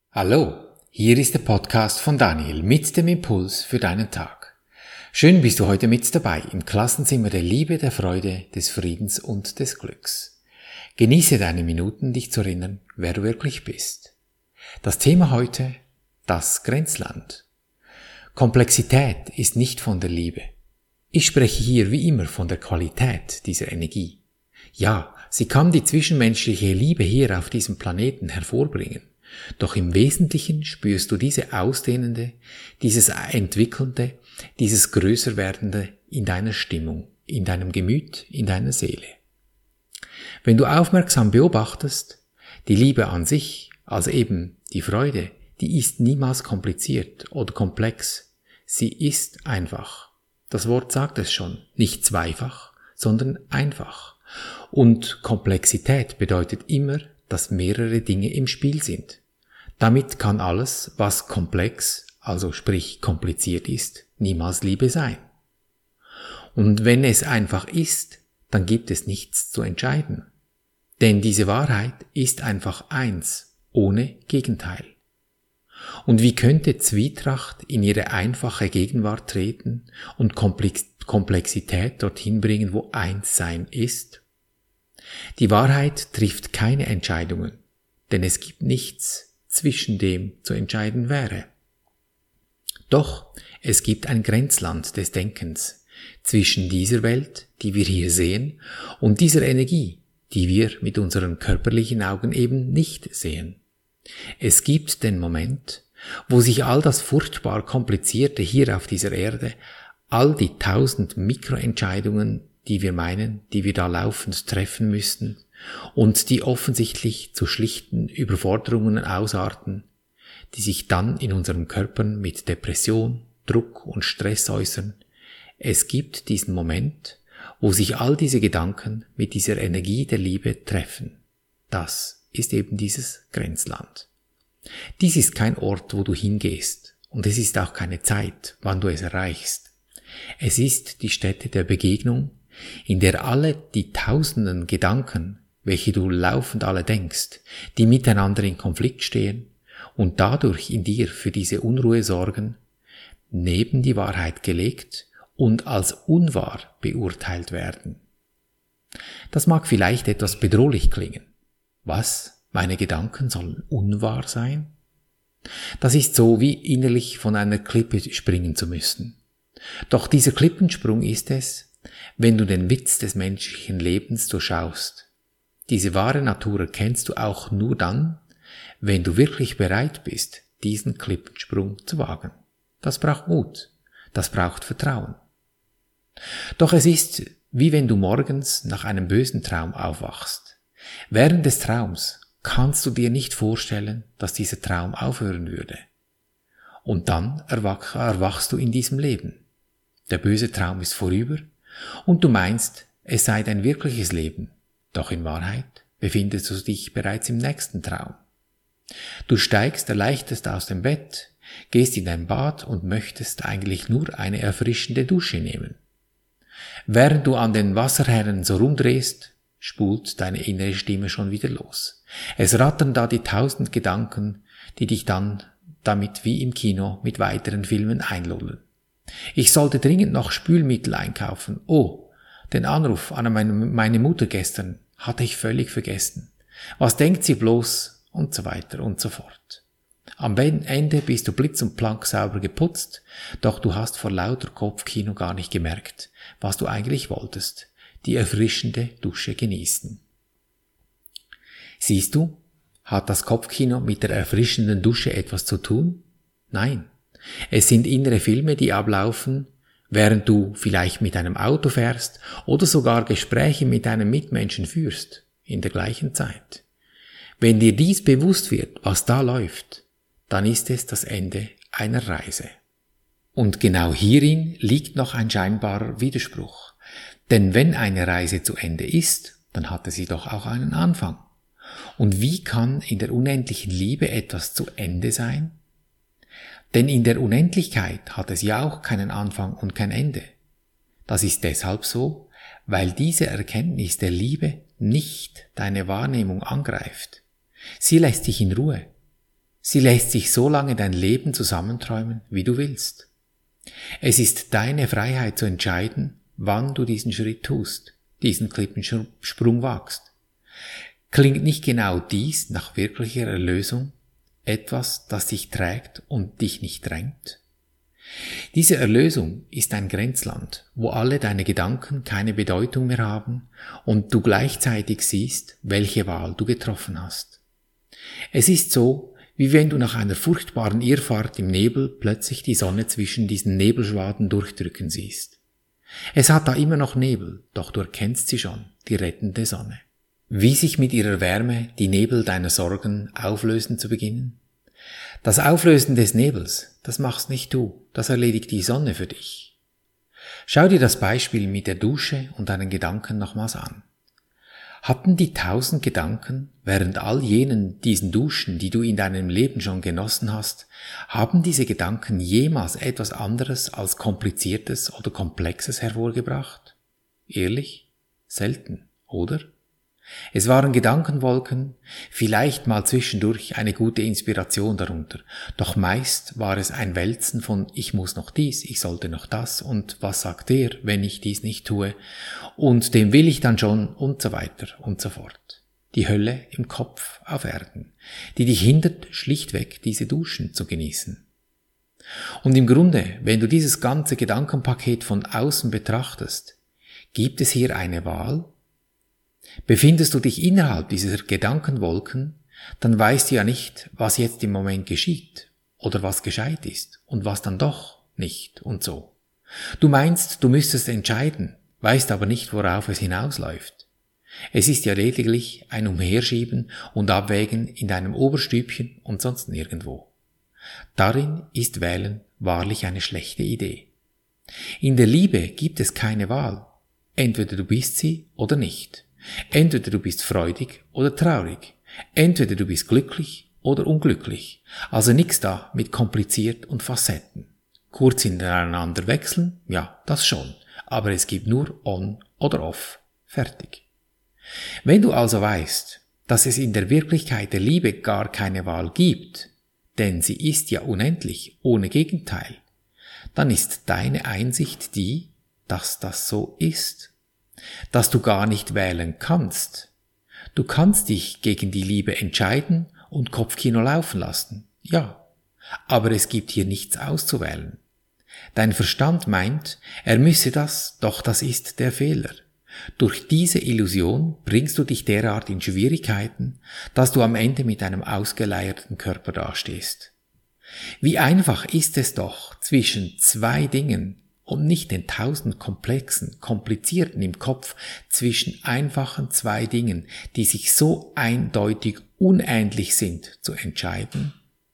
Hallo, hier ist der Podcast von Daniel mit dem Impuls für deinen Tag. Schön bist du heute mit dabei im Klassenzimmer der Liebe, der Freude, des Friedens und des Glücks. Genieße deine Minuten, dich zu erinnern, wer du wirklich bist. Das Thema heute: das Grenzland. Komplexität ist nicht von der Liebe. Ich spreche hier wie immer von der Qualität dieser Energie. Ja, sie kann die zwischenmenschliche Liebe hier auf diesem Planeten hervorbringen. Doch im Wesentlichen spürst du diese Ausdehnende, dieses Entwickelnde, dieses Größerwerdende in deiner Stimmung, in deinem Gemüt, in deiner Seele. Wenn du aufmerksam beobachtest, die Liebe an sich, also eben die Freude, die ist niemals kompliziert oder komplex. Sie ist einfach. Das Wort sagt es schon, nicht zweifach, sondern einfach. Und Komplexität bedeutet immer, dass mehrere Dinge im Spiel sind. Damit kann alles, was komplex, also sprich kompliziert ist, niemals Liebe sein. Und wenn es einfach ist, dann gibt es nichts zu entscheiden. Denn diese Wahrheit ist einfach eins, ohne Gegenteil. Und wie könnte Zwietracht in ihre einfache Gegenwart treten und Komplexität dorthin bringen, wo Einssein ist? Die Wahrheit trifft keine Entscheidungen, denn es gibt nichts, zwischen dem zu entscheiden wäre. Doch es gibt ein Grenzland des Denkens zwischen dieser Welt, die wir hier sehen, und dieser Energie, die wir mit unseren körperlichen Augen eben nicht sehen. Es gibt den Moment, wo sich all das furchtbar Komplizierte hier auf dieser Erde, all die 1000 Mikroentscheidungen, die wir meinen, die wir da laufend treffen müssten und die offensichtlich zu schlichten Überforderungen ausarten, die sich dann in unseren Körpern mit Depression, Druck und Stress äußern. Es gibt diesen Moment, wo sich all diese Gedanken mit dieser Energie der Liebe treffen. Das ist eben dieses Grenzland. Dies ist kein Ort, wo du hingehst, und es ist auch keine Zeit, wann du es erreichst. Es ist die Stätte der Begegnung, in der alle die tausenden Gedanken, welche du laufend alle denkst, die miteinander in Konflikt stehen und dadurch in dir für diese Unruhe sorgen, neben die Wahrheit gelegt und als unwahr beurteilt werden. Das mag vielleicht etwas bedrohlich klingen. Was? Meine Gedanken sollen unwahr sein? Das ist so, wie innerlich von einer Klippe springen zu müssen. Doch dieser Klippensprung ist es, wenn du den Witz des menschlichen Lebens durchschaust. Diese wahre Natur erkennst du auch nur dann, wenn du wirklich bereit bist, diesen Klippensprung zu wagen. Das braucht Mut, das braucht Vertrauen. Doch es ist, wie wenn du morgens nach einem bösen Traum aufwachst. Während des Traums kannst du dir nicht vorstellen, dass dieser Traum aufhören würde. Und dann erwachst du in diesem Leben. Der böse Traum ist vorüber und du meinst, es sei dein wirkliches Leben. Doch in Wahrheit befindest du dich bereits im nächsten Traum. Du steigst erleichtert aus dem Bett, gehst in dein Bad und möchtest eigentlich nur eine erfrischende Dusche nehmen. Während du an den Wasserhähnen so rumdrehst, spult deine innere Stimme schon wieder los. Es rattern da die 1000 Gedanken, die dich dann damit wie im Kino mit weiteren Filmen einlullen. Ich sollte dringend noch Spülmittel einkaufen. Oh, den Anruf an meine Mutter gestern hatte ich völlig vergessen. Was denkt sie bloß? Und so weiter und so fort. Am Ende bist du blitz und blank sauber geputzt, doch du hast vor lauter Kopfkino gar nicht gemerkt, was du eigentlich wolltest. Die erfrischende Dusche genießen. Siehst du, hat das Kopfkino mit der erfrischenden Dusche etwas zu tun? Nein. Es sind innere Filme, die ablaufen, während du vielleicht mit einem Auto fährst oder sogar Gespräche mit deinem Mitmenschen führst, in der gleichen Zeit. Wenn dir dies bewusst wird, was da läuft, dann ist es das Ende einer Reise. Und genau hierin liegt noch ein scheinbarer Widerspruch. Denn wenn eine Reise zu Ende ist, dann hatte sie doch auch einen Anfang. Und wie kann in der unendlichen Liebe etwas zu Ende sein? Denn in der Unendlichkeit hat es ja auch keinen Anfang und kein Ende. Das ist deshalb so, weil diese Erkenntnis der Liebe nicht deine Wahrnehmung angreift. Sie lässt dich in Ruhe. Sie lässt sich so lange dein Leben zusammenträumen, wie du willst. Es ist deine Freiheit zu entscheiden, wann du diesen Schritt tust, diesen Klippensprung wagst. Klingt nicht genau dies nach wirklicher Erlösung, etwas, das dich trägt und dich nicht drängt? Diese Erlösung ist ein Grenzland, wo alle deine Gedanken keine Bedeutung mehr haben und du gleichzeitig siehst, welche Wahl du getroffen hast. Es ist so, wie wenn du nach einer furchtbaren Irrfahrt im Nebel plötzlich die Sonne zwischen diesen Nebelschwaden durchdrücken siehst. Es hat da immer noch Nebel, doch du erkennst sie schon, die rettende Sonne. Wie sich mit ihrer Wärme die Nebel deiner Sorgen auflösen zu beginnen? Das Auflösen des Nebels, das machst nicht du, das erledigt die Sonne für dich. Schau dir das Beispiel mit der Dusche und deinen Gedanken nochmals an. Hatten die 1000 Gedanken, während all diesen Duschen, die du in deinem Leben schon genossen hast, haben diese Gedanken jemals etwas anderes als Kompliziertes oder Komplexes hervorgebracht? Ehrlich? Selten, oder? Es waren Gedankenwolken, vielleicht mal zwischendurch eine gute Inspiration darunter, doch meist war es ein Wälzen von ich muss noch dies, ich sollte noch das und was sagt der, wenn ich dies nicht tue und dem will ich dann schon und so weiter und so fort. Die Hölle im Kopf auf Erden, die dich hindert, schlichtweg diese Duschen zu genießen. Und im Grunde, wenn du dieses ganze Gedankenpaket von außen betrachtest, gibt es hier eine Wahl? Befindest du dich innerhalb dieser Gedankenwolken, dann weißt du ja nicht, was jetzt im Moment geschieht oder was gescheit ist und was dann doch nicht und so. Du meinst, du müsstest entscheiden, weißt aber nicht, worauf es hinausläuft. Es ist ja lediglich ein Umherschieben und Abwägen in deinem Oberstübchen und sonst nirgendwo. Darin ist Wählen wahrlich eine schlechte Idee. In der Liebe gibt es keine Wahl. Entweder du bist sie oder nicht. Entweder du bist freudig oder traurig. Entweder du bist glücklich oder unglücklich. Also nix da mit kompliziert und Facetten. Kurz hintereinander wechseln? Ja, das schon. Aber es gibt nur on oder off. Fertig. Wenn du also weißt, dass es in der Wirklichkeit der Liebe gar keine Wahl gibt, denn sie ist ja unendlich, ohne Gegenteil, dann ist deine Einsicht die, dass das so ist. Dass du gar nicht wählen kannst. Du kannst dich gegen die Liebe entscheiden und Kopfkino laufen lassen. Ja, aber es gibt hier nichts auszuwählen. Dein Verstand meint, er müsse das, doch das ist der Fehler. Durch diese Illusion bringst du dich derart in Schwierigkeiten, dass du am Ende mit einem ausgeleierten Körper dastehst. Wie einfach ist es doch, zwischen zwei Dingen und nicht den 1000 komplexen, komplizierten im Kopf zwischen einfachen zwei Dingen, die sich so eindeutig unähnlich sind, zu entscheiden?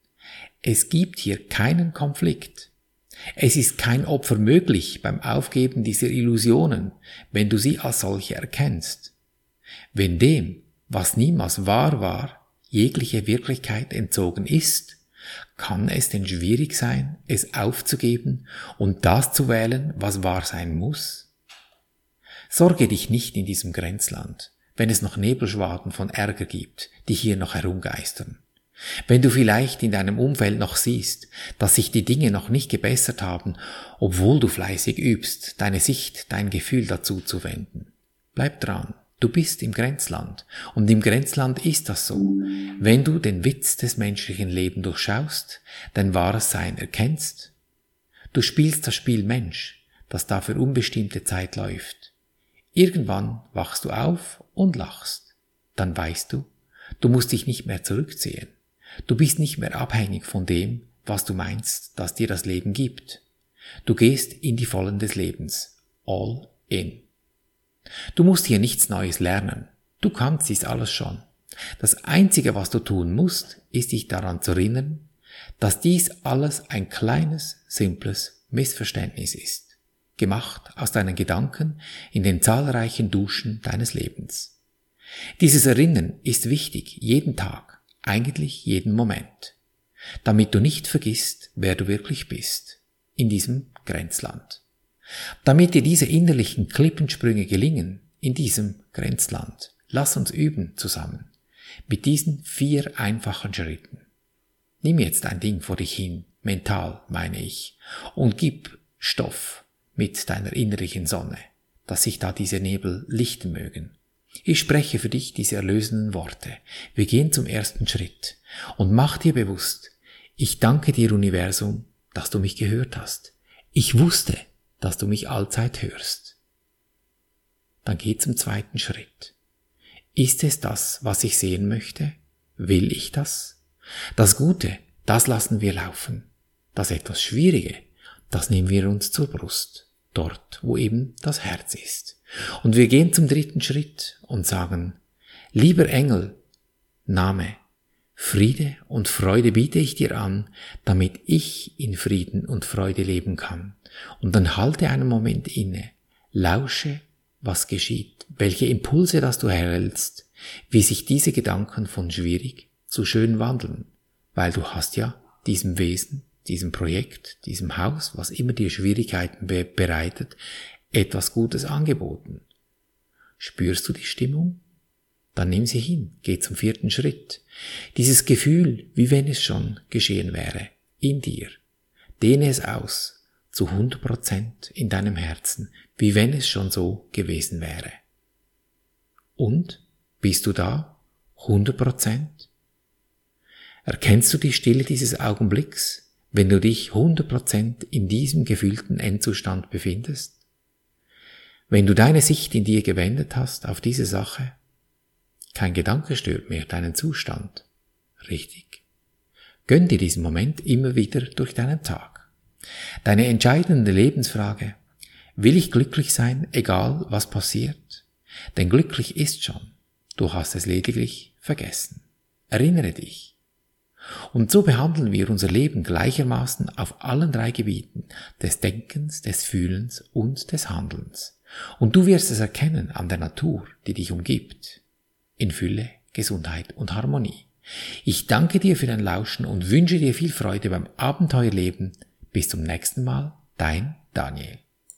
Es gibt hier keinen Konflikt. Es ist kein Opfer möglich beim Aufgeben dieser Illusionen, wenn du sie als solche erkennst. Wenn dem, was niemals wahr war, jegliche Wirklichkeit entzogen ist, kann es denn schwierig sein, es aufzugeben und das zu wählen, was wahr sein muss? Sorge dich nicht in diesem Grenzland, wenn es noch Nebelschwaden von Ärger gibt, die hier noch herumgeistern. Wenn du vielleicht in deinem Umfeld noch siehst, dass sich die Dinge noch nicht gebessert haben, obwohl du fleißig übst, deine Sicht, dein Gefühl dazu zu wenden. Bleib dran, du bist im Grenzland und im Grenzland ist das so. Wenn du den Witz des menschlichen Lebens durchschaust, dein wahres Sein erkennst, du spielst das Spiel Mensch, das da für unbestimmte Zeit läuft. Irgendwann wachst du auf und lachst. Dann weißt du, du musst dich nicht mehr zurückziehen. Du bist nicht mehr abhängig von dem, was du meinst, dass dir das Leben gibt. Du gehst in die Vollen des Lebens. All in. Du musst hier nichts Neues lernen. Du kannst dies alles schon. Das Einzige, was du tun musst, ist dich daran zu erinnern, dass dies alles ein kleines, simples Missverständnis ist. Gemacht aus deinen Gedanken in den zahlreichen Duschen deines Lebens. Dieses Erinnern ist wichtig, jeden Tag. Eigentlich jeden Moment, damit du nicht vergisst, wer du wirklich bist, in diesem Grenzland. Damit dir diese innerlichen Klippensprünge gelingen, in diesem Grenzland, lass uns üben zusammen, mit diesen 4 einfachen Schritten. Nimm jetzt ein Ding vor dich hin, mental meine ich, und gib Stoff mit deiner innerlichen Sonne, dass sich da diese Nebel lichten mögen. Ich spreche für dich diese erlösenden Worte. Wir gehen zum ersten Schritt und mach dir bewusst, ich danke dir, Universum, dass du mich gehört hast. Ich wusste, dass du mich allzeit hörst. Dann geh zum zweiten Schritt. Ist es das, was ich sehen möchte? Will ich das? Das Gute, das lassen wir laufen. Das etwas Schwierige, das nehmen wir uns zur Brust, dort, wo eben das Herz ist. Und wir gehen zum dritten Schritt und sagen, lieber Engel, Name, Friede und Freude biete ich dir an, damit ich in Frieden und Freude leben kann. Und dann halte einen Moment inne, lausche, was geschieht, welche Impulse das du erhältst, wie sich diese Gedanken von schwierig zu schön wandeln, weil du hast ja diesem Wesen, diesem Projekt, diesem Haus, was immer dir Schwierigkeiten bereitet, etwas Gutes angeboten. Spürst du die Stimmung? Dann nimm sie hin, geh zum vierten Schritt. Dieses Gefühl, wie wenn es schon geschehen wäre, in dir. Dehne es aus, zu 100% in deinem Herzen, wie wenn es schon so gewesen wäre. Und? Bist du da? 100%? Erkennst du die Stille dieses Augenblicks, wenn du dich 100% in diesem gefühlten Endzustand befindest? Wenn du deine Sicht in dir gewendet hast auf diese Sache, kein Gedanke stört mehr deinen Zustand. Richtig. Gönn dir diesen Moment immer wieder durch deinen Tag. Deine entscheidende Lebensfrage: Will ich glücklich sein, egal was passiert? Denn glücklich ist schon. Du hast es lediglich vergessen. Erinnere dich. Und so behandeln wir unser Leben gleichermaßen auf allen 3 Gebieten des Denkens, des Fühlens und des Handelns. Und du wirst es erkennen an der Natur, die dich umgibt. In Fülle, Gesundheit und Harmonie. Ich danke dir für dein Lauschen und wünsche dir viel Freude beim Abenteuerleben. Bis zum nächsten Mal, dein Daniel.